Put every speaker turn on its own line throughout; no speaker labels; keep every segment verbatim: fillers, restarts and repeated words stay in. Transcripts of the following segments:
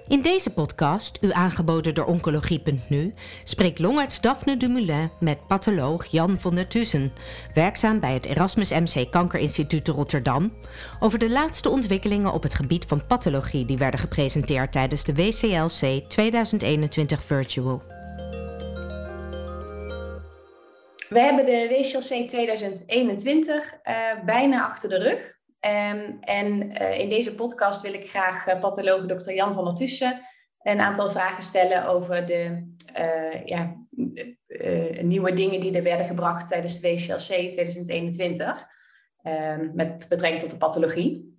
In deze podcast, u aangeboden door Oncologie punt nu, spreekt longarts Daphne Dumoulin met patholoog Jan van der Tussen, werkzaam bij het Erasmus M C Kankerinstituut te Rotterdam, over de laatste ontwikkelingen op het gebied van pathologie die werden gepresenteerd tijdens de W C L C tweeduizend eenentwintig Virtual.
We hebben de W C L C tweeduizend eenentwintig uh, bijna achter de rug. Um, en uh, in deze podcast wil ik graag uh, patholoog dokter Jan van der Tussen een aantal vragen stellen over de uh, ja, uh, nieuwe dingen die er werden gebracht tijdens de W C L C tweeduizend eenentwintig. Um, met betrekking tot de pathologie.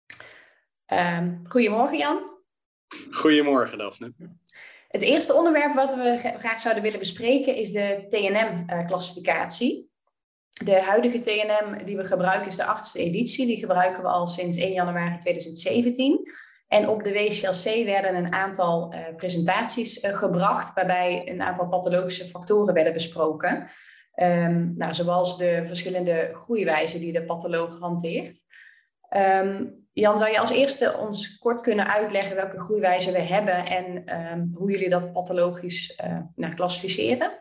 Um, goedemorgen Jan.
Goedemorgen Daphne.
Het eerste onderwerp wat we graag zouden willen bespreken is de T N M-classificatie. De huidige T N M die we gebruiken is de achtste editie. Die gebruiken we al sinds één januari tweeduizend zeventien. En op de W C L C werden een aantal uh, presentaties uh, gebracht, waarbij een aantal pathologische factoren werden besproken. Um, nou, zoals de verschillende groeiwijzen die de patholoog hanteert. Um, Jan, zou je als eerste ons kort kunnen uitleggen welke groeiwijzen we hebben en um, hoe jullie dat pathologisch uh, nou, klassificeren?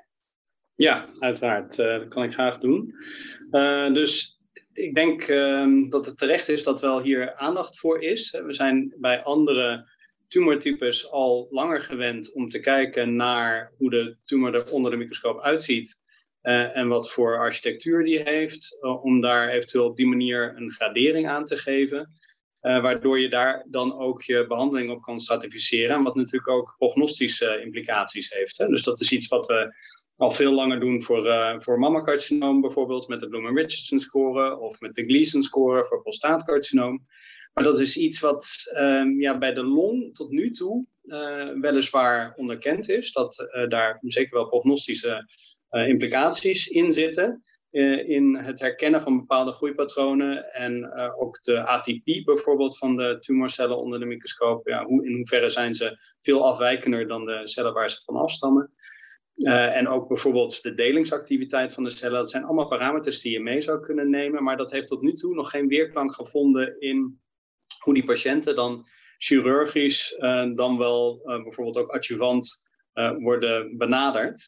Ja, uiteraard. Uh, dat kan ik graag doen. Uh, dus ik denk uh, dat het terecht is dat wel hier aandacht voor is. We zijn bij andere tumortypes al langer gewend om te kijken naar hoe de tumor er onder de microscoop uitziet. Uh, en wat voor architectuur die heeft. Uh, om daar eventueel op die manier een gradering aan te geven. Uh, waardoor je daar dan ook je behandeling op kan stratificeren. Wat natuurlijk ook prognostische implicaties heeft. Hè? Dus dat is iets wat we al veel langer doen voor, uh, voor mammacarcinoom bijvoorbeeld, met de Blumen-Richardson score of met de Gleason score voor prostaatcarcinoom. Maar dat is iets wat um, ja, bij de long tot nu toe uh, weliswaar onderkend is, dat uh, daar zeker wel prognostische uh, implicaties in zitten. Uh, in het herkennen van bepaalde groeipatronen en uh, ook de A T P bijvoorbeeld van de tumorcellen onder de microscoop. Ja, hoe, in hoeverre zijn ze veel afwijkender dan de cellen waar ze van afstammen. Uh, en ook bijvoorbeeld de delingsactiviteit van de cellen. Dat zijn allemaal parameters die je mee zou kunnen nemen. Maar dat heeft tot nu toe nog geen weerklank gevonden in hoe die patiënten dan chirurgisch, uh, dan wel uh, bijvoorbeeld ook adjuvant uh, worden benaderd.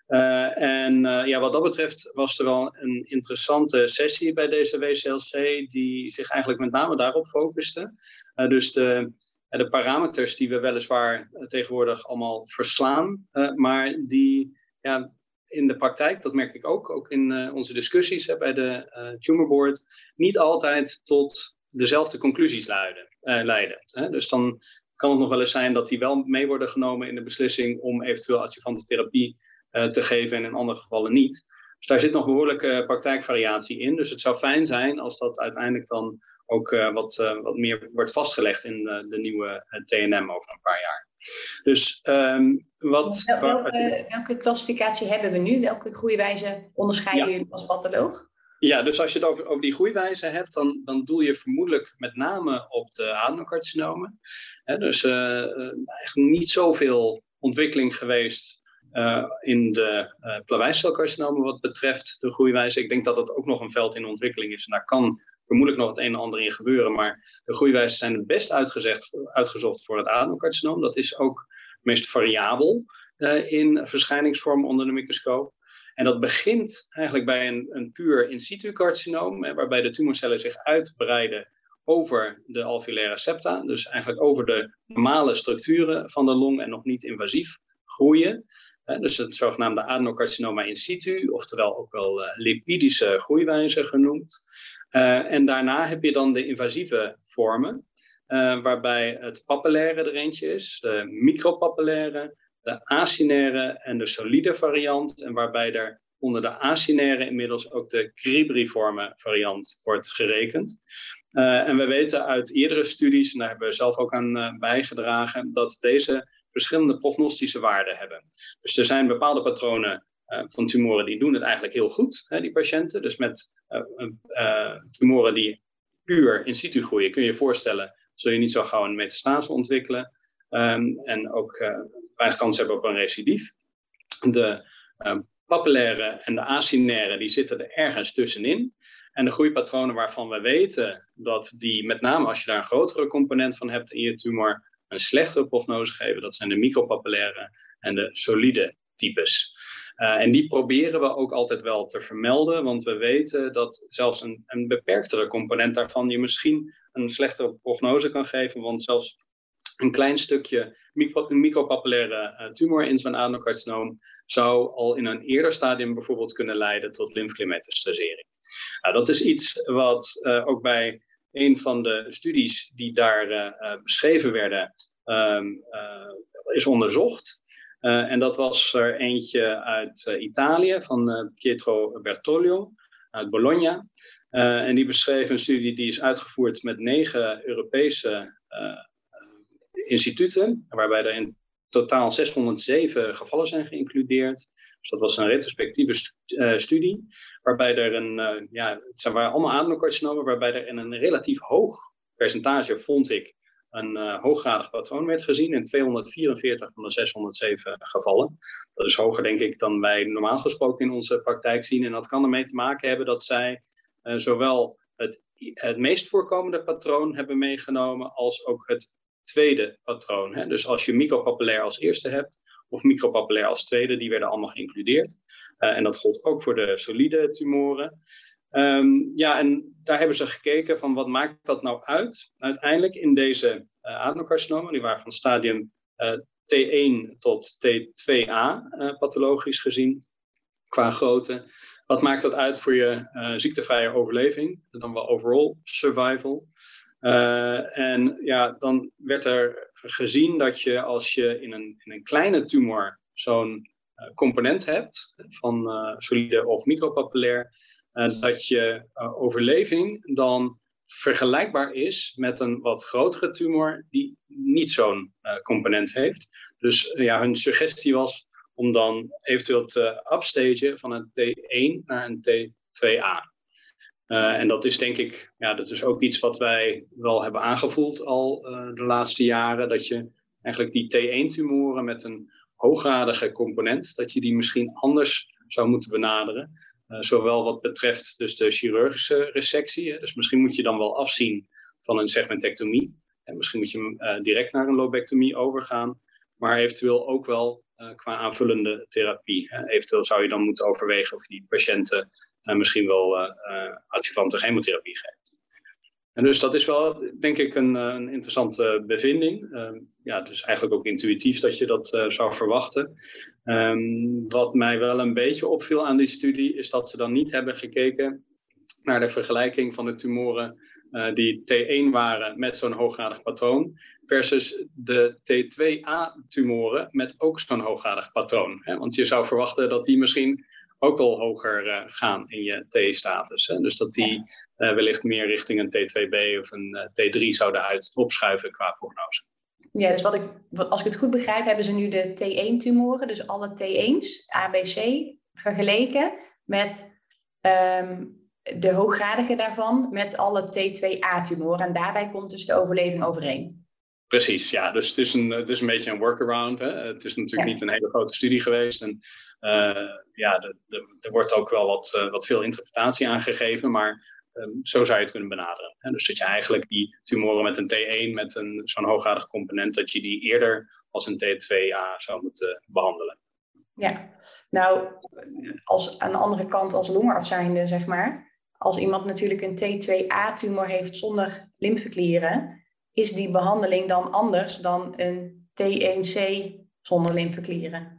Uh, en uh, ja, wat dat betreft was er wel een interessante sessie bij deze W C L C die zich eigenlijk met name daarop focuste. Uh, dus de... De parameters die we weliswaar tegenwoordig allemaal verslaan, uh, maar die ja, in de praktijk, dat merk ik ook, ook in uh, onze discussies hè, bij de uh, Tumor Board, niet altijd tot dezelfde conclusies leiden. Uh, leiden hè. Dus dan kan het nog wel eens zijn dat die wel mee worden genomen in de beslissing om eventueel adjuvante therapie uh, te geven en in andere gevallen niet. Dus daar zit nog behoorlijke praktijkvariatie in. Dus het zou fijn zijn als dat uiteindelijk dan ook uh, wat, uh, wat meer wordt vastgelegd in uh, de nieuwe uh, T N M over een paar jaar. Dus um, wat...
Wel, welke, welke klassificatie hebben we nu? Welke groeiwijze onderscheiden ja. jullie als patholoog?
Ja, dus als je het over, over die groeiwijze hebt, dan, dan doel je vermoedelijk met name op de adenocarcinomen. He, dus uh, uh, eigenlijk niet zoveel ontwikkeling geweest Uh, in de uh, plaveiscelcarcinomen wat betreft de groeiwijze. Ik denk dat dat ook nog een veld in ontwikkeling is. En daar kan vermoedelijk nog het een en ander in gebeuren. Maar de groeiwijzen zijn het best uitgezegd, uitgezocht voor het adenocarcinoom. Dat is ook het meest variabel uh, in verschijningsvorm onder de microscoop. En dat begint eigenlijk bij een, een puur in situ carcinoom, hè, waarbij de tumorcellen zich uitbreiden over de alveolaire septa. Dus eigenlijk over de normale structuren van de long en nog niet invasief groeien. Dus het zogenaamde adenocarcinoma in situ, oftewel ook wel uh, lipidische groeiwijze genoemd. Uh, en daarna heb je dan de invasieve vormen, uh, waarbij het papillaire er eentje is, de micropapillaire, de acinaire en de solide variant. En waarbij er onder de acinaire inmiddels ook de cribriforme variant wordt gerekend. Uh, en we weten uit eerdere studies, en daar hebben we zelf ook aan uh, bijgedragen, dat deze verschillende prognostische waarden hebben. Dus er zijn bepaalde patronen uh, van tumoren die doen het eigenlijk heel goed, hè, die patiënten. Dus met uh, uh, tumoren die puur in situ groeien, kun je je voorstellen, zul je niet zo gauw een metastase ontwikkelen. Um, en ook uh, weinig kans hebben op een recidief. De uh, papillaire en de acinaire, die zitten er ergens tussenin. En de groeipatronen waarvan we weten dat die, met name als je daar een grotere component van hebt in je tumor, een slechtere prognose geven. Dat zijn de micropapillaire en de solide types. Uh, en die proberen we ook altijd wel te vermelden, want we weten dat zelfs een, een beperktere component daarvan je misschien een slechtere prognose kan geven, want zelfs een klein stukje micro, een micropapillaire uh, tumor in zo'n adenocarcinoom zou al in een eerder stadium bijvoorbeeld kunnen leiden tot lymfklietmetastasering. Nou, dat is iets wat uh, ook bij een van de studies die daar uh, uh, beschreven werden, um, uh, is onderzocht. Uh, en dat was er eentje uit uh, Italië, van uh, Pietro Bertoglio, uit Bologna. Uh, en die beschreef een studie die is uitgevoerd met negen Europese uh, instituten, waarbij er in totaal zeshonderdzeven gevallen zijn geïncludeerd. Dus dat was een retrospectieve stu- uh, studie, waarbij er een, uh, ja, het waren allemaal adenocarcinomen, waarbij er in een relatief hoog percentage, vond ik, een uh, hooggradig patroon werd gezien in tweehonderdvierenveertig van de zeshonderdzeven gevallen. Dat is hoger, denk ik, dan wij normaal gesproken in onze praktijk zien. En dat kan ermee te maken hebben dat zij uh, zowel het, het meest voorkomende patroon hebben meegenomen als ook het tweede patroon. Hè? Dus als je micropapillair als eerste hebt of micropapillair als tweede, die werden allemaal geïncludeerd. Uh, en dat gold ook voor de solide tumoren. Um, ja, en daar hebben ze gekeken van wat maakt dat nou uit uiteindelijk in deze uh, adenocarcinomen. Die waren van stadium uh, T één tot T twee A uh, pathologisch gezien qua grootte. Wat maakt dat uit voor je uh, ziektevrije overleving? Dan wel overall survival. Uh, en ja, dan werd er gezien dat je als je in een, in een kleine tumor zo'n uh, component hebt van uh, solide of micropapillair, uh, dat je uh, overleving dan vergelijkbaar is met een wat grotere tumor die niet zo'n uh, component heeft. Dus uh, ja, hun suggestie was om dan eventueel te upstagen van een T één naar een T twee A. Uh, en dat is denk ik, ja, dat is ook iets wat wij wel hebben aangevoeld al uh, de laatste jaren. Dat je eigenlijk die T één tumoren met een hooggradige component, dat je die misschien anders zou moeten benaderen. Uh, zowel wat betreft dus de chirurgische resectie. Hè. Dus misschien moet je dan wel afzien van een segmentectomie. En misschien moet je uh, direct naar een lobectomie overgaan. Maar eventueel ook wel uh, qua aanvullende therapie. Hè. Eventueel zou je dan moeten overwegen of die patiënten Uh, misschien wel uh, uh, adjuvante chemotherapie geeft. En dus dat is wel, denk ik, een, een interessante bevinding. Uh, ja, dus eigenlijk ook intuïtief dat je dat uh, zou verwachten. Um, wat mij wel een beetje opviel aan die studie, is dat ze dan niet hebben gekeken naar de vergelijking van de tumoren uh, die T één waren met zo'n hooggradig patroon, versus de T twee A tumoren met ook zo'n hooggradig patroon. Hè? Want je zou verwachten dat die misschien ook al hoger uh, gaan in je T-status. Hè? Dus dat die uh, wellicht meer richting een T twee B of een uh, T drie zouden uit opschuiven qua prognose.
Ja, dus wat ik, wat, als ik het goed begrijp, hebben ze nu de T één tumoren, dus alle T ééns, A, B, C, vergeleken met um, de hooggradige daarvan met alle T twee A tumoren. En daarbij komt dus de overleving overeen.
Precies, ja. Dus het is een, het is een beetje een workaround. Hè? Het is natuurlijk ja. niet een hele grote studie geweest. En uh, ja, de, de, er wordt ook wel wat, uh, wat veel interpretatie aangegeven, maar um, zo zou je het kunnen benaderen. Hè? Dus dat je eigenlijk die tumoren met een T één, met een, zo'n hooggradig component, dat je die eerder als een T twee A zou moeten behandelen.
Ja, nou, als, aan de andere kant als longarts zijnde, zeg maar, als iemand natuurlijk een T twee A tumor heeft zonder lymfeklieren, is die behandeling dan anders dan een T één C zonder lymfeklieren?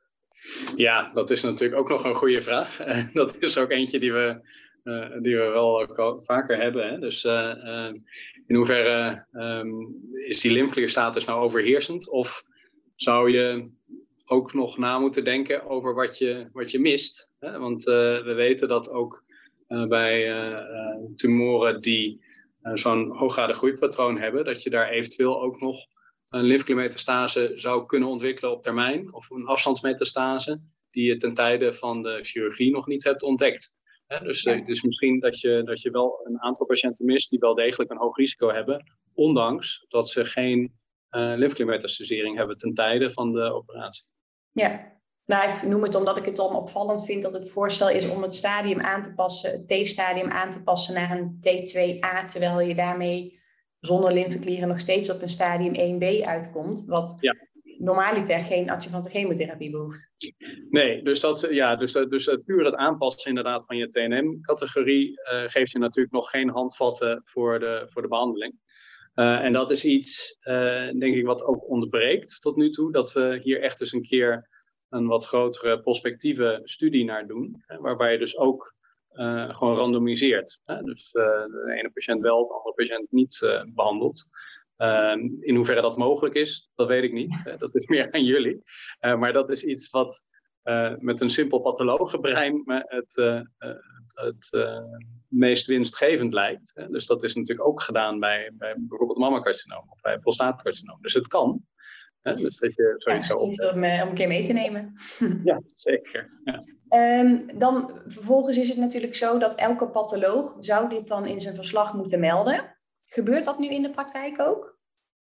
Ja, dat is natuurlijk ook nog een goede vraag. Uh, dat is ook eentje die we, uh, die we wel ook al vaker hebben. Hè? Dus uh, uh, in hoeverre um, is die lymfeklierstatus nou overheersend? Of zou je ook nog na moeten denken over wat je, wat je mist? Hè? Want uh, we weten dat ook uh, bij uh, uh, tumoren die uh, zo'n hooggradig groeipatroon hebben, dat je daar eventueel ook nog een lymfekliermetastase zou kunnen ontwikkelen op termijn, of een afstandsmetastase die je ten tijde van de chirurgie nog niet hebt ontdekt. He, dus, ja. dus misschien dat je, dat je wel een aantal patiënten mist die wel degelijk een hoog risico hebben, ondanks dat ze geen uh, lymfekliermetastasering hebben ten tijde van de operatie.
Ja, nou, ik noem het omdat ik het dan opvallend vind dat het voorstel is om het stadium aan te passen, het T-stadium aan te passen naar een T twee A, terwijl je daarmee zonder lymfeklieren nog steeds op een stadium één B uitkomt, wat ja. normaliter geen adjuvante chemotherapie behoeft.
Nee, dus, dat, ja, dus, dus het puur het aanpassen inderdaad van je T N M-categorie uh, geeft je natuurlijk nog geen handvatten voor de, voor de behandeling. Uh, en dat is iets, uh, denk ik, wat ook ontbreekt tot nu toe, dat we hier echt eens een keer een wat grotere prospectieve studie naar doen, hè, waarbij je dus ook uh, gewoon randomiseert. Hè? Dus uh, de ene patiënt wel, de andere patiënt niet uh, behandelt. Uh, in hoeverre dat mogelijk is, dat weet ik niet. Uh, dat is meer aan jullie. Uh, maar dat is iets wat uh, met een simpel pathologenbrein het, uh, uh, het uh, meest winstgevend lijkt. Uh, dus dat is natuurlijk ook gedaan bij, bij bijvoorbeeld mammacarcinoom of bij prostaatcarcinoom. Dus het kan. Uh, dus dat je zoiets
ja, iets om, uh, om een keer mee te nemen.
Ja, zeker. Ja.
Um, dan vervolgens is het natuurlijk zo dat elke patholoog zou dit dan in zijn verslag moeten melden. Gebeurt dat nu in de praktijk ook?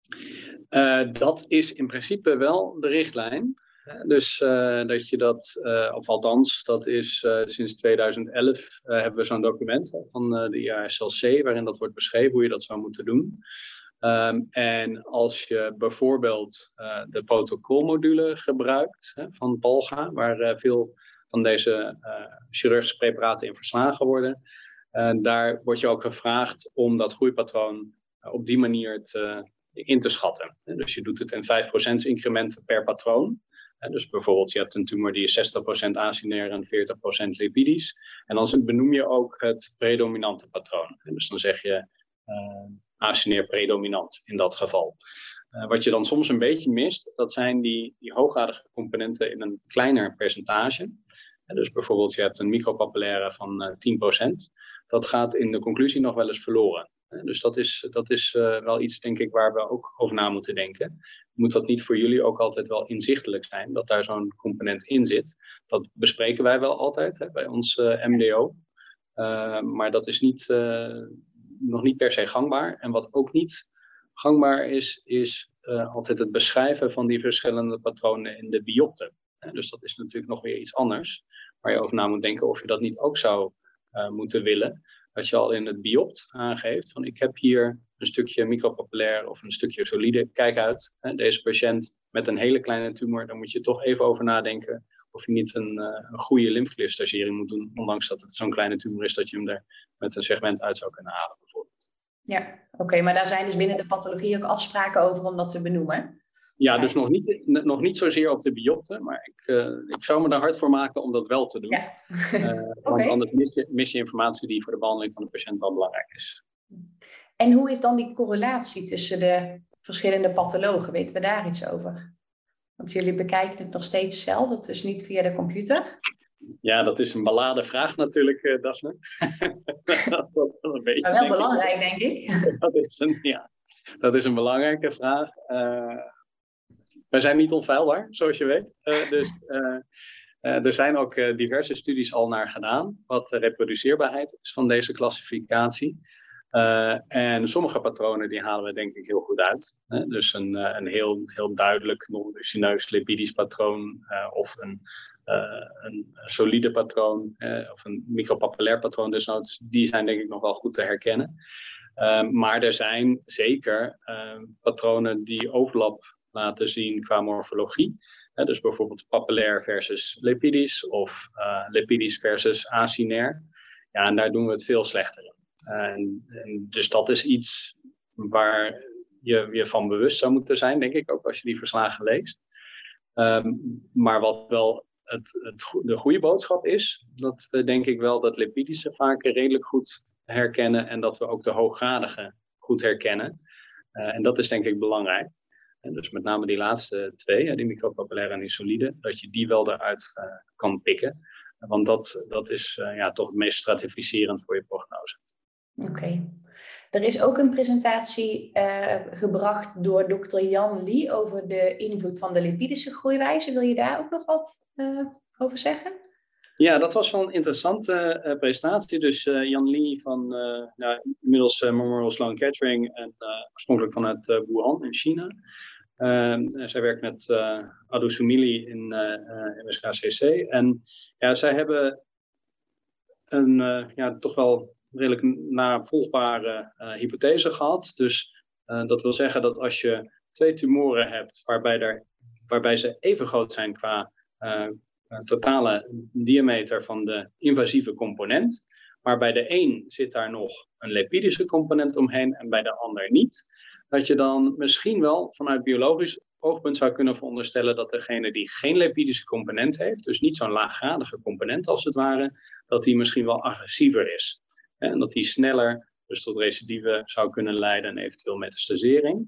Uh, dat is in principe wel de richtlijn. Uh, dus uh, dat je dat, uh, of althans, dat is uh, sinds tweeduizend elf uh, hebben we zo'n document van uh, de I A S L C waarin dat wordt beschreven hoe je dat zou moeten doen. Um, en als je bijvoorbeeld uh, de protocolmodule gebruikt hè, van Palga, waar uh, veel van deze uh, chirurgische preparaten in verslagen worden, uh, daar word je ook gevraagd om dat groeipatroon uh, op die manier te, in te schatten. Dus je doet het in vijf procent incrementen per patroon. Dus bijvoorbeeld je hebt een tumor die is zestig procent acinair en veertig procent lipidisch. En dan benoem je ook het predominante patroon. Dus dan zeg je uh, acinair predominant in dat geval. Uh, wat je dan soms een beetje mist, dat zijn die, die hooggradige componenten in een kleiner percentage. Dus bijvoorbeeld je hebt een micropapillaire van uh, tien procent. Dat gaat in de conclusie nog wel eens verloren. Dus dat is, dat is uh, wel iets, denk ik, waar we ook over na moeten denken. Moet dat niet voor jullie ook altijd wel inzichtelijk zijn, dat daar zo'n component in zit? Dat bespreken wij wel altijd hè, bij ons uh, M D O. Uh, maar dat is niet, uh, nog niet per se gangbaar. En wat ook niet gangbaar is, is uh, altijd het beschrijven van die verschillende patronen in de biopte. Dus dat is natuurlijk nog weer iets anders, waar je over na moet denken of je dat niet ook zou uh, moeten willen. Dat je al in het biopt aangeeft van ik heb hier een stukje micropapillair of een stukje solide. Kijk uit, hè, deze patiënt met een hele kleine tumor, daar moet je toch even over nadenken of je niet een, uh, een goede lymfeklierstagering moet doen, ondanks dat het zo'n kleine tumor is dat je hem er met een segment uit zou kunnen halen bijvoorbeeld.
Ja, oké, okay, maar daar zijn dus binnen de pathologie ook afspraken over om dat te benoemen?
Ja, dus nog niet, nog niet zozeer op de biopte, maar ik, uh, ik zou me er hard voor maken om dat wel te doen. Ja. uh, okay. Want anders mis je, mis je informatie die voor de behandeling van de patiënt wel belangrijk is.
En hoe is dan die correlatie tussen de verschillende pathologen? Weten we daar iets over? Want jullie bekijken het nog steeds zelf, dus niet via de computer.
Ja, dat is een beladen vraag natuurlijk, uh, Daphne. dat, dat een beetje,
maar wel denk belangrijk, ik. denk ik.
dat, is een, ja, dat is een belangrijke vraag. Uh, wij zijn niet onfeilbaar, zoals je weet. Uh, dus uh, uh, er zijn ook uh, diverse studies al naar gedaan, wat de reproduceerbaarheid is van deze klassificatie. Uh, en sommige patronen die halen we denk ik heel goed uit. Hè? Dus een, uh, een heel, heel duidelijk non-lucineus lipidisch patroon uh, of een, uh, een solide patroon uh, of een micropapillair patroon desnoods, die zijn denk ik nog wel goed te herkennen. Uh, maar er zijn zeker uh, patronen die overlap laten zien qua morfologie. Uh, dus bijvoorbeeld papillair versus lipidisch of uh, lipidisch versus acinair. Ja, en daar doen we het veel slechter in. En, en dus dat is iets waar je je van bewust zou moeten zijn, denk ik, ook als je die verslagen leest. Um, maar wat wel het, het, de goede boodschap is, dat we denk ik wel dat lipidische vaak redelijk goed herkennen en dat we ook de hooggradige goed herkennen. Uh, en dat is denk ik belangrijk. En dus met name die laatste twee, die micropapillaire en die solide, dat je die wel eruit uh, kan pikken. Want dat, dat is uh, ja, toch het meest stratificerend voor je prognose.
Oké. Okay. Er is ook een presentatie uh, gebracht door dokter Jan Lee over de invloed van de lipidische groeiwijze. Wil je daar ook nog wat uh, over zeggen?
Ja, dat was wel een interessante uh, presentatie. Dus uh, Jan Lee van uh, nou, inmiddels uh, Memorial Sloan Kettering en uh, oorspronkelijk vanuit uh, Wuhan in China. Uh, zij werkt met uh, Adu Sumili in uh, M S K C C. En ja, zij hebben een uh, ja, toch wel redelijk navolgbare uh, hypothese gehad. Dus Uh, dat wil zeggen dat als je twee tumoren hebt waarbij, er, waarbij ze even groot zijn qua uh, totale diameter van de invasieve component, maar bij de een zit daar nog een lipidische component omheen en bij de ander niet, dat je dan misschien wel vanuit biologisch oogpunt zou kunnen veronderstellen dat degene die geen lipidische component heeft, dus niet zo'n laaggradige component als het ware, dat die misschien wel agressiever is. En dat die sneller dus tot recidive zou kunnen leiden en eventueel metastasering.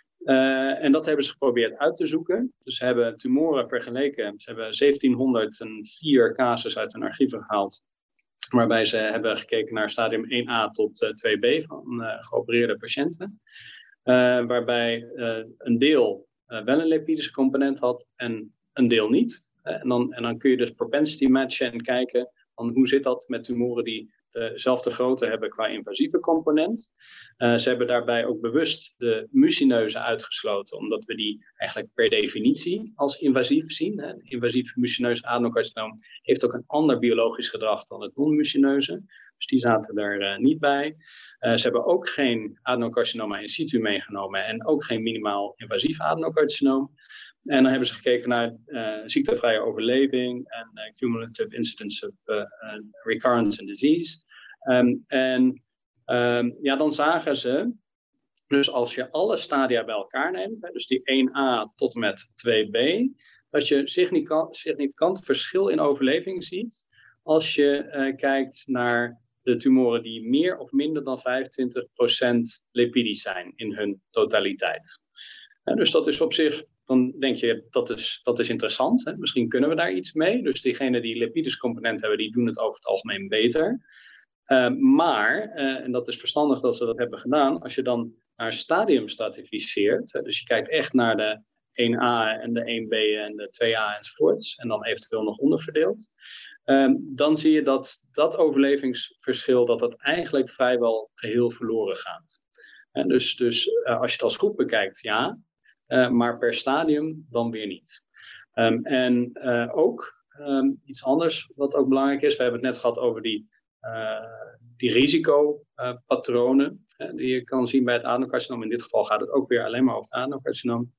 Uh, en dat hebben ze geprobeerd uit te zoeken. Dus ze hebben tumoren vergeleken. Ze hebben zeventienhonderdvier casus uit hun archieven gehaald, waarbij ze hebben gekeken naar stadium één A tot uh, twee B van uh, geopereerde patiënten. Uh, waarbij uh, een deel uh, wel een lipidische component had en een deel niet. Uh, en, dan, en dan kun je dus propensity matchen en kijken van hoe zit dat met tumoren die dezelfde grootte hebben qua invasieve component. Uh, ze hebben daarbij ook bewust de mucineuzen uitgesloten, omdat we die eigenlijk per definitie als invasief zien. Hè. Invasief mucineus adenocarcinoom heeft ook een ander biologisch gedrag dan het non-mucineuze. Dus die zaten er uh, niet bij. Uh, ze hebben ook geen adenocarcinoma in situ meegenomen en ook geen minimaal invasief adenocarcinoom. En dan hebben ze gekeken naar uh, ziektevrije overleving en uh, cumulative incidence of uh, uh, recurrence and disease. Um, en um, ja, dan zagen ze, dus als je alle stadia bij elkaar neemt, hè, dus die één A tot en met twee B, dat je significant, significant verschil in overleving ziet als je uh, kijkt naar de tumoren die meer of minder dan vijfentwintig procent lipidisch zijn in hun totaliteit. Uh, dus dat is op zich, dan denk je, dat is, dat is interessant. Hè? Misschien kunnen we daar iets mee. Dus diegenen die lipidische component hebben, die doen het over het algemeen beter. Uh, maar, uh, en dat is verstandig dat ze dat hebben gedaan, als je dan naar stadium stratificeert, hè, dus je kijkt echt naar de één A en de één B en de twee A enzovoorts, en dan eventueel nog onderverdeeld, uh, dan zie je dat dat overlevingsverschil, dat dat eigenlijk vrijwel geheel verloren gaat. Uh, dus dus uh, als je het als groep bekijkt, ja, uh, maar per stadium dan weer niet. Um, en uh, ook um, iets anders wat ook belangrijk is, we hebben het net gehad over die Uh, die risicopatronen uh, die je kan zien bij het adenocarcinoom. In dit geval gaat het ook weer alleen maar over het adenocarcinoom.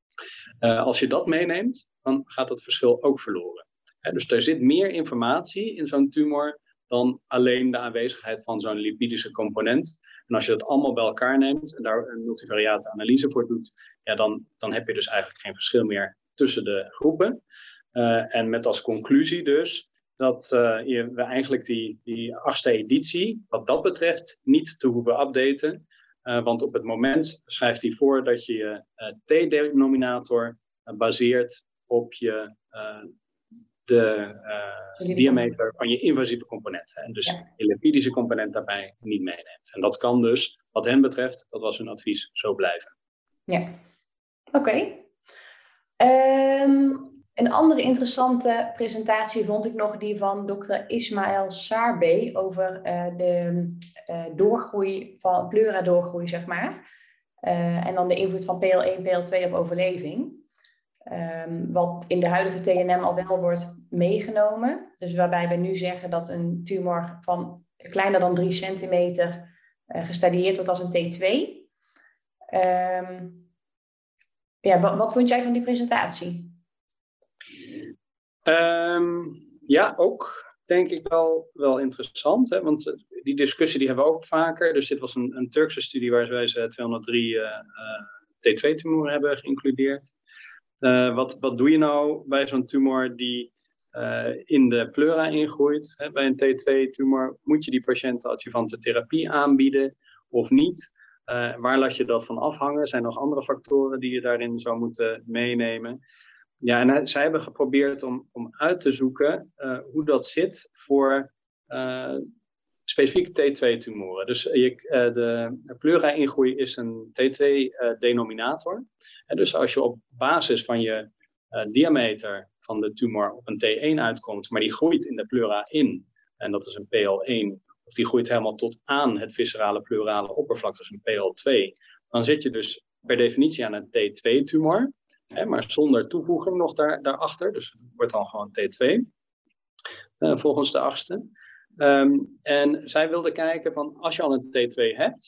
Uh, als je dat meeneemt, dan gaat dat verschil ook verloren. Uh, dus er zit meer informatie in zo'n tumor dan alleen de aanwezigheid van zo'n lipidische component. En als je dat allemaal bij elkaar neemt en daar een multivariate analyse voor doet, ja, dan, dan heb je dus eigenlijk geen verschil meer tussen de groepen. Uh, en met als conclusie dus dat uh, je, we eigenlijk die, die achtste editie, wat dat betreft, niet te hoeven updaten. Uh, want op het moment schrijft hij voor dat je je uh, T-denominator uh, baseert op je, uh, de uh, diameter van je invasieve component. Hè, en dus ja. je lipidische component daarbij niet meeneemt. En dat kan dus, wat hen betreft, dat was hun advies, zo blijven.
Ja, oké. Okay. Um... Een andere interessante presentatie vond ik nog die van dokter Ismaël Sarbe over uh, de uh, doorgroei van pleura-doorgroei, zeg maar. Uh, en dan de invloed van P L één, P L twee op overleving. Um, wat in de huidige T N M al wel wordt meegenomen. Dus waarbij we nu zeggen dat een tumor van kleiner dan drie centimeter uh, gestadieerd wordt als een T twee. Um, ja, wat, wat vond jij van die presentatie?
Um, ja, ook denk ik wel, wel interessant. Hè? Want die discussie die hebben we ook vaker. Dus dit was een, een Turkse studie waarbij ze tweehonderddrie uh, uh, T twee tumoren hebben geïncludeerd. Uh, wat, wat doe je nou bij zo'n tumor die uh, in de pleura ingroeit? Hè? Bij een T twee tumor moet je die patiënt adjuvante therapie aanbieden of niet? Uh, waar laat je dat van afhangen? Zijn er nog andere factoren die je daarin zou moeten meenemen? Ja, en zij hebben geprobeerd om, om uit te zoeken uh, hoe dat zit voor uh, specifieke T twee tumoren. Dus uh, je, uh, de pleura-ingroei is een T twee denominator. Uh, en dus als je op basis van je uh, diameter van de tumor op een T één uitkomt, maar die groeit in de pleura in, en dat is een P L één, of die groeit helemaal tot aan het viscerale pleurale oppervlak, dus een P L twee, dan zit je dus per definitie aan een T twee tumor. Hè, maar zonder toevoeging nog daar, daarachter. Dus het wordt dan gewoon T twee. Uh, volgens de achtste. Um, en zij wilden kijken van als je al een T twee hebt.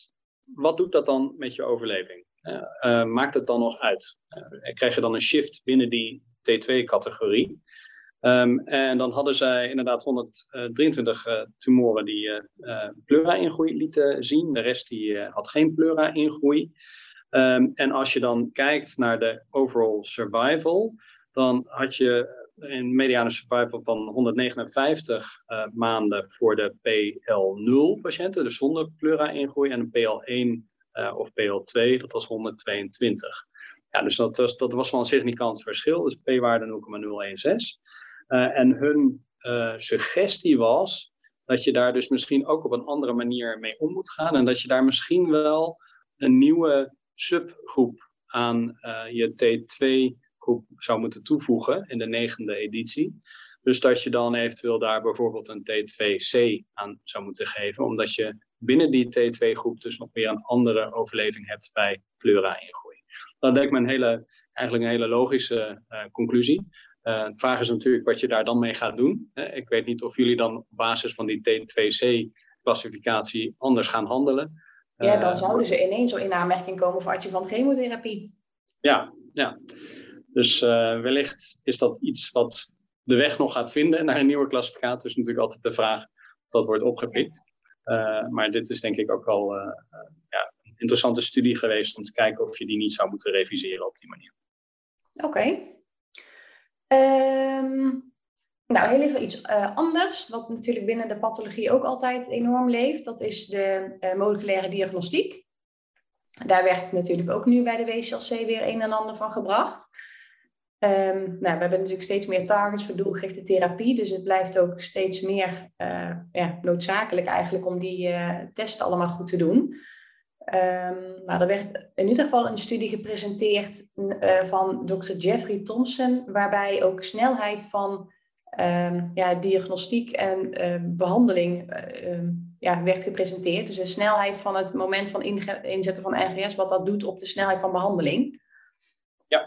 wat doet dat dan met je overleving? Uh, uh, maakt het dan nog uit? Uh, krijg je dan een shift binnen die T twee categorie? Um, en dan hadden zij inderdaad honderddrieëntwintig uh, tumoren die uh, uh, pleura-ingroei lieten zien. De rest die, uh, had geen pleura-ingroei. Um, en als je dan kijkt naar de overall survival, dan had je een mediane survival van honderdnegenenvijftig uh, maanden voor de P L nul patiënten, dus zonder pleura-ingroei, en een P L één uh, of P L twee, dat was honderdtweeëntwintig. Ja, dus dat was, dat was wel een significant verschil, dus p-waarde nul komma nul een zes. Uh, en hun uh, suggestie was dat je daar dus misschien ook op een andere manier mee om moet gaan en dat je daar misschien wel een nieuwe subgroep aan uh, je T twee groep zou moeten toevoegen in de negende editie. Dus dat je dan eventueel daar bijvoorbeeld een T twee C aan zou moeten geven, omdat je binnen die T twee groep dus nog weer een andere overleving hebt bij pleura-ingroei. Dat lijkt me een hele, eigenlijk een hele logische uh, conclusie. Uh, de vraag is natuurlijk wat je daar dan mee gaat doen. Uh, ik weet niet of jullie dan op basis van die T twee C-classificatie anders gaan handelen. Uh,
ja, dan zouden ze ineens zo in aanmerking komen voor adjuvant chemotherapie.
Ja, ja. Dus uh, wellicht is dat iets wat de weg nog gaat vinden naar een nieuwe klassificatie. Is natuurlijk altijd de vraag of dat wordt opgepikt. Uh, maar dit is denk ik ook wel uh, uh, ja, een interessante studie geweest om te kijken of je die niet zou moeten reviseren op die manier.
Oké. Okay. Um, nou, heel even iets uh, anders, wat natuurlijk binnen de pathologie ook altijd enorm leeft. Dat is de uh, moleculaire diagnostiek. Daar werd natuurlijk ook nu bij de W C L C weer een en ander van gebracht. Um, nou, we hebben natuurlijk steeds meer targets voor doelgerichte therapie. Dus het blijft ook steeds meer uh, ja, noodzakelijk eigenlijk om die uh, testen allemaal goed te doen. Um, nou, er werd in ieder geval een studie gepresenteerd uh, van dokter Jeffrey Thompson, waarbij ook snelheid van um, ja, diagnostiek en uh, behandeling uh, um, ja, werd gepresenteerd. Dus de snelheid van het moment van inge- inzetten van N G S, wat dat doet op de snelheid van behandeling.
Ja.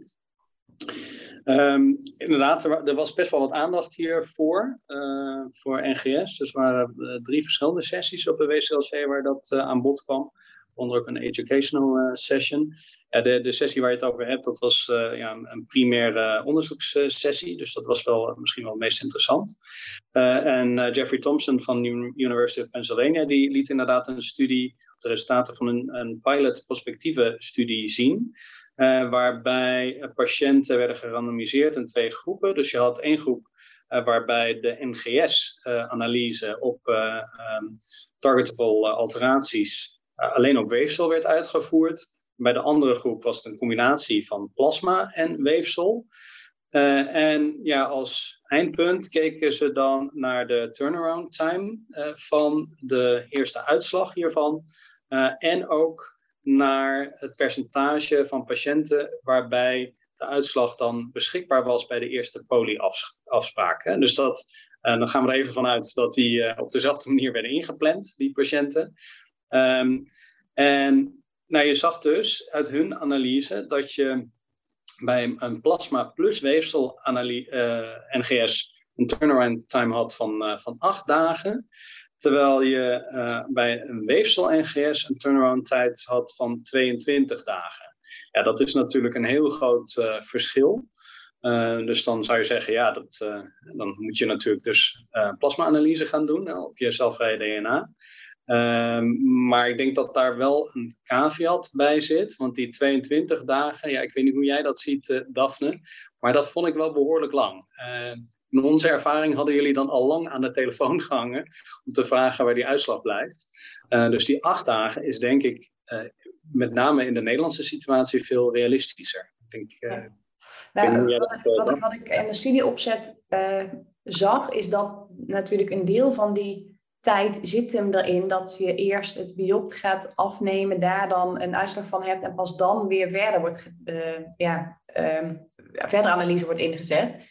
Um, inderdaad, er, er was best wel wat aandacht hiervoor, uh, voor N G S. Dus er waren uh, drie verschillende sessies op de W C L C waar dat uh, aan bod kwam. Onder ook een educational uh, session. Ja, de, de sessie waar je het over hebt, dat was uh, ja, een, een primaire uh, onderzoekssessie. Dus dat was wel uh, misschien wel het meest interessant. Uh, en uh, Jeffrey Thompson van de University of Pennsylvania, die liet inderdaad een studie, de resultaten van een, een pilot prospectieve studie zien. Uh, waarbij uh, patiënten werden gerandomiseerd in twee groepen. Dus je had één groep uh, waarbij de N G S-analyse uh, op uh, um, targetable uh, alteraties uh, alleen op weefsel werd uitgevoerd. Bij de andere groep was het een combinatie van plasma en weefsel. Uh, en ja, als eindpunt keken ze dan naar de turnaround time uh, van de eerste uitslag hiervan. Uh, en ook naar het percentage van patiënten waarbij de uitslag dan beschikbaar was bij de eerste poli-afspraak. Hè. Dus dat, uh, dan gaan we er even vanuit dat die uh, op dezelfde manier werden ingepland, die patiënten. Um, en nou, je zag dus uit hun analyse dat je bij een plasma plus weefsel uh, N G S een turnaround time had van, uh, van acht dagen. Terwijl je uh, bij een weefsel-N G S een turnaround tijd had van tweeëntwintig dagen. Ja, dat is natuurlijk een heel groot uh, verschil. Uh, dus dan zou je zeggen, ja, dat, uh, dan moet je natuurlijk dus uh, plasma-analyse gaan doen uh, op je zelfvrije D N A. Uh, maar ik denk dat daar wel een caveat bij zit. Want die tweeëntwintig dagen, ja, ik weet niet hoe jij dat ziet, uh, Daphne. Maar dat vond ik wel behoorlijk lang. Uh, In onze ervaring hadden jullie dan al lang aan de telefoon gehangen om te vragen waar die uitslag blijft. Uh, dus die acht dagen is denk ik uh, met name in de Nederlandse situatie veel realistischer. Ik denk, uh,
ja. Nou, wat, dat, ik, wat, ik, wat ik in de studieopzet uh, zag, is dat natuurlijk een deel van die tijd zit hem erin dat je eerst het biopt gaat afnemen, daar dan een uitslag van hebt en pas dan weer verder wordt, uh, ja, um, verder analyse wordt ingezet.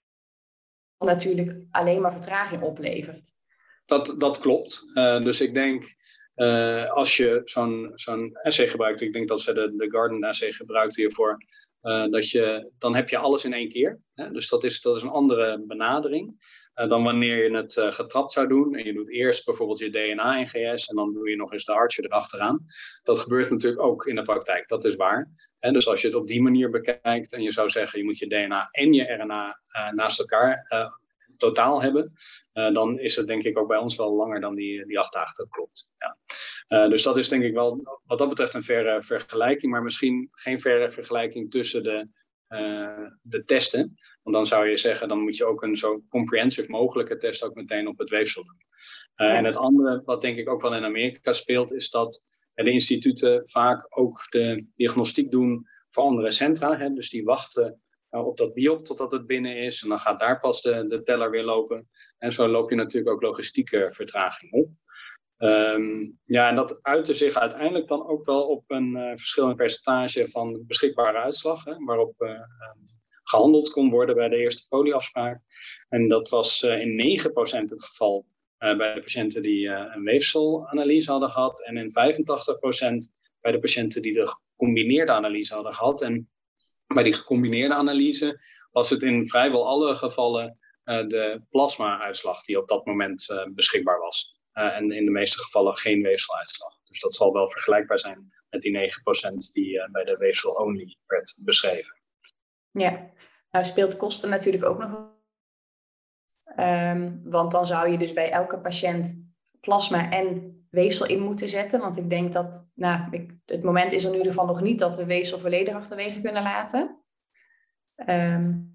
Natuurlijk alleen maar vertraging oplevert.
Dat, dat klopt. Uh, dus ik denk, uh, als je zo'n, zo'n assay gebruikt, ik denk dat ze de, de Garden assay gebruikt hiervoor, uh, dat je, dan heb je alles in één keer. Hè? Dus dat is, dat is een andere benadering. uh, dan wanneer je het uh, getrapt zou doen. En je doet eerst bijvoorbeeld je D N A N G S en dan doe je nog eens de artsje erachteraan. Dat gebeurt natuurlijk ook in de praktijk, dat is waar. He, dus als je het op die manier bekijkt en je zou zeggen je moet je D N A en je R N A uh, naast elkaar uh, totaal hebben, uh, dan is het denk ik ook bij ons wel langer dan die, die acht dagen. Dat klopt. Ja. Uh, dus dat is denk ik wel wat dat betreft een verre vergelijking, maar misschien geen verre vergelijking tussen de, uh, de testen. Want dan zou je zeggen, dan moet je ook een zo comprehensive mogelijke test ook meteen op het weefsel doen. Uh, ja. En het andere wat denk ik ook wel in Amerika speelt, is dat de instituten vaak ook de diagnostiek doen voor andere centra. Hè? Dus die wachten uh, op dat biop totdat het binnen is. En dan gaat daar pas de, de teller weer lopen. En zo loop je natuurlijk ook logistieke vertraging op. Um, ja, en dat uitte zich uiteindelijk dan ook wel op een uh, verschillend percentage van beschikbare uitslag. Hè? Waarop uh, um, gehandeld kon worden bij de eerste polieafspraak. En dat was uh, in negen procent het geval. Uh, bij de patiënten die uh, een weefselanalyse hadden gehad en in vijfentachtig procent bij de patiënten die de gecombineerde analyse hadden gehad. En bij die gecombineerde analyse was het in vrijwel alle gevallen uh, de plasma-uitslag die op dat moment uh, beschikbaar was. Uh, en in de meeste gevallen geen weefseluitslag. Dus dat zal wel vergelijkbaar zijn met die negen procent die uh, bij de weefsel-only werd beschreven.
Ja, nou speelt kosten natuurlijk ook nog. Um, want dan zou je dus bij elke patiënt plasma en weefsel in moeten zetten. Want ik denk dat, nou, ik, het moment is er nu in ieder geval nog niet dat we weefsel volledig achterwege kunnen laten. Um.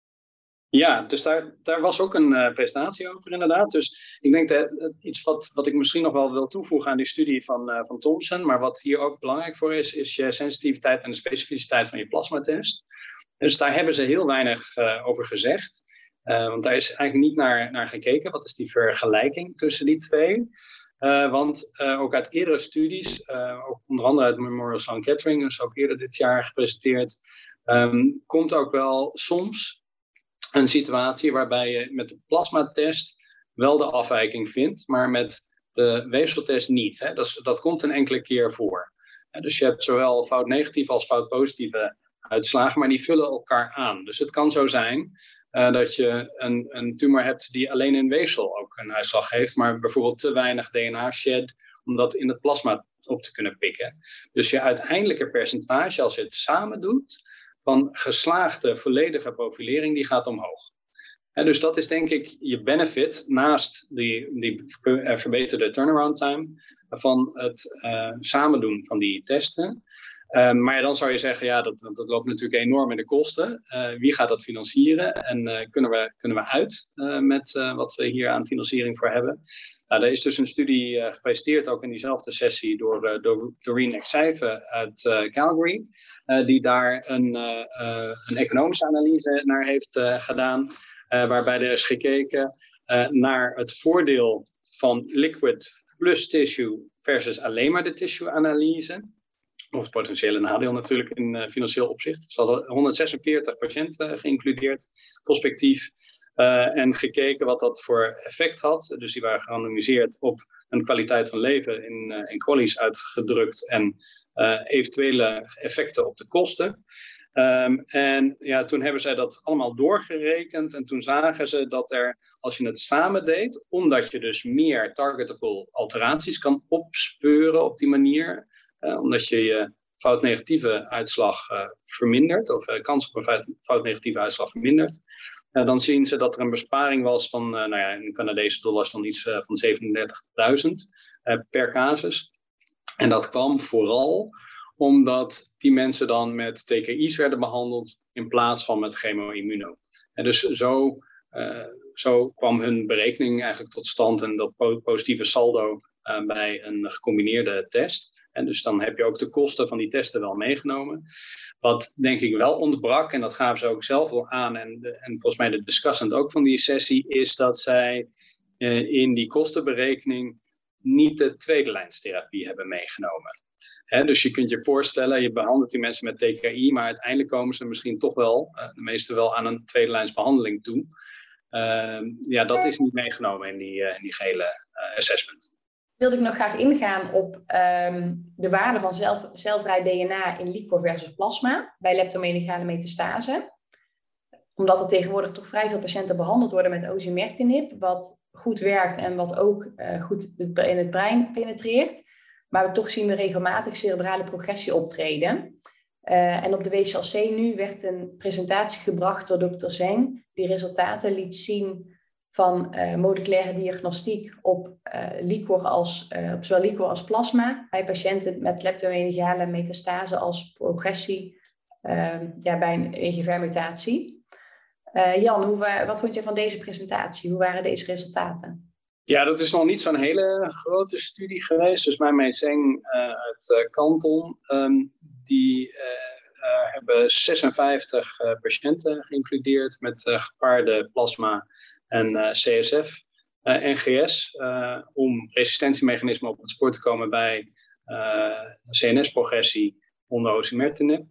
Ja, dus daar, daar was ook een uh, presentatie over inderdaad. Dus ik denk dat uh, iets wat, wat ik misschien nog wel wil toevoegen aan die studie van, uh, van Thompson, maar wat hier ook belangrijk voor is, is je sensitiviteit en de specificiteit van je plasmatest. Dus daar hebben ze heel weinig uh, over gezegd. Uh, want daar is eigenlijk niet naar, naar gekeken. Wat is die vergelijking tussen die twee? Uh, want uh, ook uit eerdere studies, uh, ook onder andere uit Memorial Sloan Kettering, dus ook eerder dit jaar gepresenteerd, um, komt ook wel soms een situatie waarbij je met de plasmatest wel de afwijking vindt, maar met de weefseltest niet. Hè? Dat, is, dat komt een enkele keer voor. Uh, dus je hebt zowel fout negatieve als fout positieve uitslagen, maar die vullen elkaar aan. Dus het kan zo zijn Uh, dat je een, een tumor hebt die alleen in weefsel ook een uitslag heeft, maar bijvoorbeeld te weinig D N A-shed om dat in het plasma op te kunnen pikken. Dus je uiteindelijke percentage, als je het samen doet, van geslaagde volledige profilering, die gaat omhoog. En dus dat is denk ik je benefit naast die, die verbeterde turnaround time van het uh, samen doen van die testen. Uh, maar dan zou je zeggen, ja, dat, dat loopt natuurlijk enorm in de kosten. Uh, wie gaat dat financieren? En uh, kunnen, we, kunnen we uit uh, met uh, wat we hier aan financiering voor hebben? Nou, er is dus een studie uh, gepresenteerd, ook in diezelfde sessie, door, uh, door Doreen Exijven uit uh, Calgary. Uh, die daar een, uh, uh, een economische analyse naar heeft uh, gedaan. Uh, waarbij er is gekeken uh, naar het voordeel van liquid plus tissue versus alleen maar de tissue-analyse. Of het potentiële nadeel natuurlijk in uh, financieel opzicht. Ze hadden honderdzesenveertig patiënten uh, geïncludeerd, prospectief. Uh, en gekeken wat dat voor effect had. Dus die waren gerandomiseerd op een kwaliteit van leven in, uh, in qualies uitgedrukt. En uh, eventuele effecten op de kosten. Um, en ja, toen hebben zij dat allemaal doorgerekend. En toen zagen ze dat er, als je het samen deed, omdat je dus meer targetable alteraties kan opspeuren op die manier. Uh, omdat je je fout-negatieve uitslag uh, vermindert, of uh, kans op een fout-negatieve uitslag vermindert. Uh, dan zien ze dat er een besparing was van, uh, nou ja, in Canadese dollars dan iets uh, van zevenendertigduizend uh, per casus. En dat kwam vooral omdat die mensen dan met T K I's werden behandeld in plaats van met chemo-immuno. En dus zo, uh, zo kwam hun berekening eigenlijk tot stand en dat po- positieve saldo uh, bij een gecombineerde test. En dus dan heb je ook de kosten van die testen wel meegenomen. Wat denk ik wel ontbrak, en dat gaven ze ook zelf wel aan, en, de, en volgens mij de discussant ook van die sessie, is dat zij uh, in die kostenberekening niet de tweede lijnstherapie hebben meegenomen. He, dus je kunt je voorstellen, je behandelt die mensen met T K I, maar uiteindelijk komen ze misschien toch wel, uh, de meeste wel, aan een tweede lijnsbehandeling toe. Uh, ja, dat is niet meegenomen in die, uh, in die gele uh, assessment.
Wilde ik nog graag ingaan op um, de waarde van zelf, zelfvrij D N A in liquor versus plasma bij leptomeningale metastase. omdat er tegenwoordig toch vrij veel patiënten behandeld worden met osimertinib, wat goed werkt en wat ook uh, goed in het brein penetreert. Maar we toch zien we regelmatig cerebrale progressie optreden. Uh, en op de W C L C nu werd een presentatie gebracht door dokter Zeng, die resultaten liet zien van uh, moleculaire diagnostiek op, uh, liquor als, uh, op zowel liquor als plasma bij patiënten met leptomeningale metastase als progressie uh, ja, bij een E G F R-mutatie. Uh, Jan, hoe, wat vond je van deze presentatie? Hoe waren deze resultaten?
Ja, dat is nog niet zo'n hele grote studie geweest. Dus mijn meid Zeng uh, uit uh, Kanton, um, die uh, uh, hebben zesenvijftig uh, patiënten geïncludeerd met uh, gepaarde plasma en uh, C S F, uh, N G S, uh, om resistentiemechanismen op het spoor te komen bij uh, C N S-progressie onder osimertinib.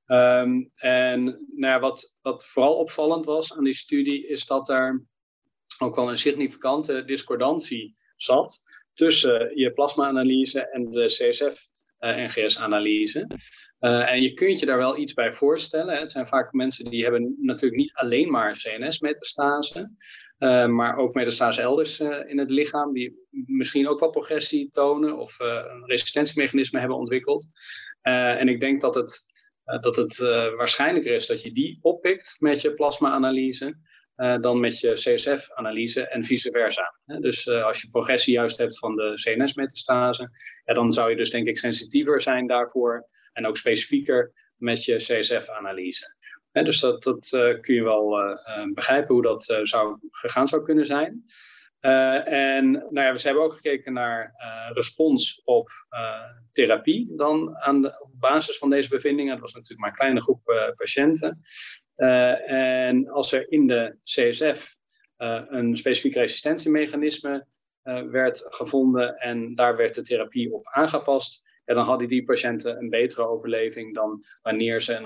Um, en nou ja, wat, wat vooral opvallend was aan die studie, is dat er ook wel een significante discordantie zat tussen je plasma-analyse en de C S F-N G S-analyse. Uh, en je kunt je daar wel iets bij voorstellen. Hè. Het zijn vaak mensen die hebben natuurlijk niet alleen maar C N S-metastase, uh, maar ook metastase elders uh, in het lichaam, die misschien ook wel progressie tonen of uh, een resistentiemechanisme hebben ontwikkeld. Uh, en ik denk dat het, uh, dat het uh, waarschijnlijker is dat je die oppikt met je plasma-analyse uh, dan met je C S F-analyse en vice versa. Hè. Dus uh, als je progressie juist hebt van de C N S-metastase, ja, dan zou je dus denk ik sensitiever zijn daarvoor. En ook specifieker met je C S F-analyse. He, dus dat, dat uh, kun je wel uh, uh, begrijpen hoe dat uh, zou, gegaan zou kunnen zijn. Uh, en nou ja, we hebben ook gekeken naar uh, respons op uh, therapie dan aan de, op basis van deze bevindingen. Dat was natuurlijk maar een kleine groep uh, patiënten. Uh, en als er in de C S F uh, een specifiek resistentiemechanisme uh, werd gevonden en daar werd de therapie op aangepast, ja, dan hadden die patiënten een betere overleving dan wanneer ze een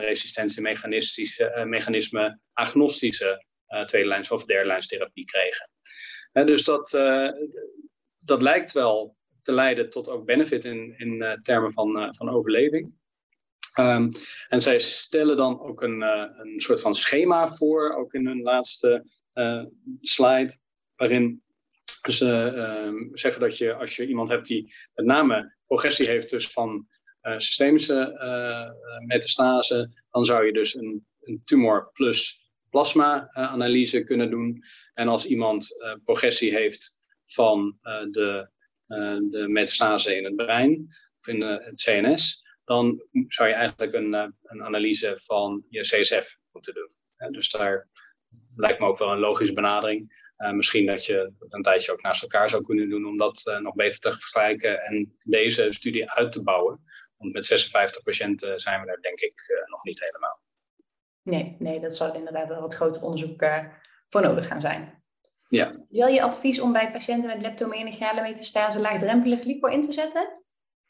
resistentiemechanisme uh, agnostische uh, tweede lijns of derde lijns therapie kregen. Uh, dus dat, uh, dat lijkt wel te leiden tot ook benefit in, in uh, termen van, uh, van overleving. Um, en zij stellen dan ook een, uh, een soort van schema voor, ook in hun laatste uh, slide, waarin ze uh, zeggen dat je als je iemand hebt die met name progressie heeft dus van uh, systemische uh, metastase, dan zou je dus een, een tumor plus plasma uh, analyse kunnen doen. En als iemand uh, progressie heeft van uh, de, uh, de metastase in het brein of in uh, het C N S, dan zou je eigenlijk een, uh, een analyse van je C S F moeten doen. Uh, dus daar lijkt me ook wel een logische benadering. Uh, misschien dat je dat een tijdje ook naast elkaar zou kunnen doen om dat uh, nog beter te vergelijken en deze studie uit te bouwen. Want met zesenvijftig patiënten zijn we daar denk ik uh, nog niet helemaal.
Nee, nee, dat zou inderdaad wel wat groter onderzoek uh, voor nodig gaan zijn.
Ja.
Is wel je advies om bij patiënten met leptomeningale metastase laagdrempelig liquor in te zetten?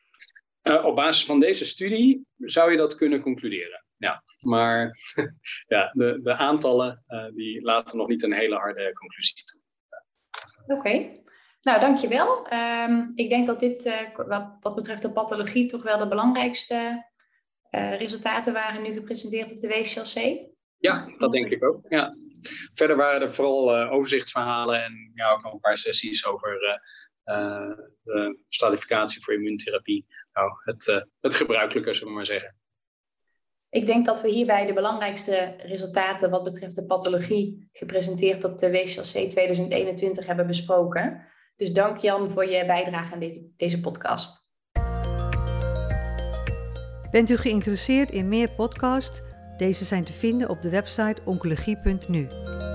Uh, op basis van deze studie zou je dat kunnen concluderen. Ja, maar ja, de, de aantallen uh, die laten nog niet een hele harde conclusie toe.
Oké, okay. Nou dankjewel. Um, ik denk dat dit uh, wat, wat betreft de pathologie toch wel de belangrijkste uh, resultaten waren nu gepresenteerd op de W C L C.
Ja, dat denk ik ook. Ja. Verder waren er vooral uh, overzichtsverhalen en ja, ook nog een paar sessies over uh, uh, de stratificatie voor immuuntherapie. Nou, het, uh, het gebruikelijke, zullen we maar zeggen.
Ik denk dat we hierbij de belangrijkste resultaten wat betreft de pathologie gepresenteerd op de W C L C tweeduizend eenentwintig hebben besproken. Dus dank Jan voor je bijdrage aan deze, deze podcast.
Bent u geïnteresseerd in meer podcasts? Deze zijn te vinden op de website oncologie punt n u.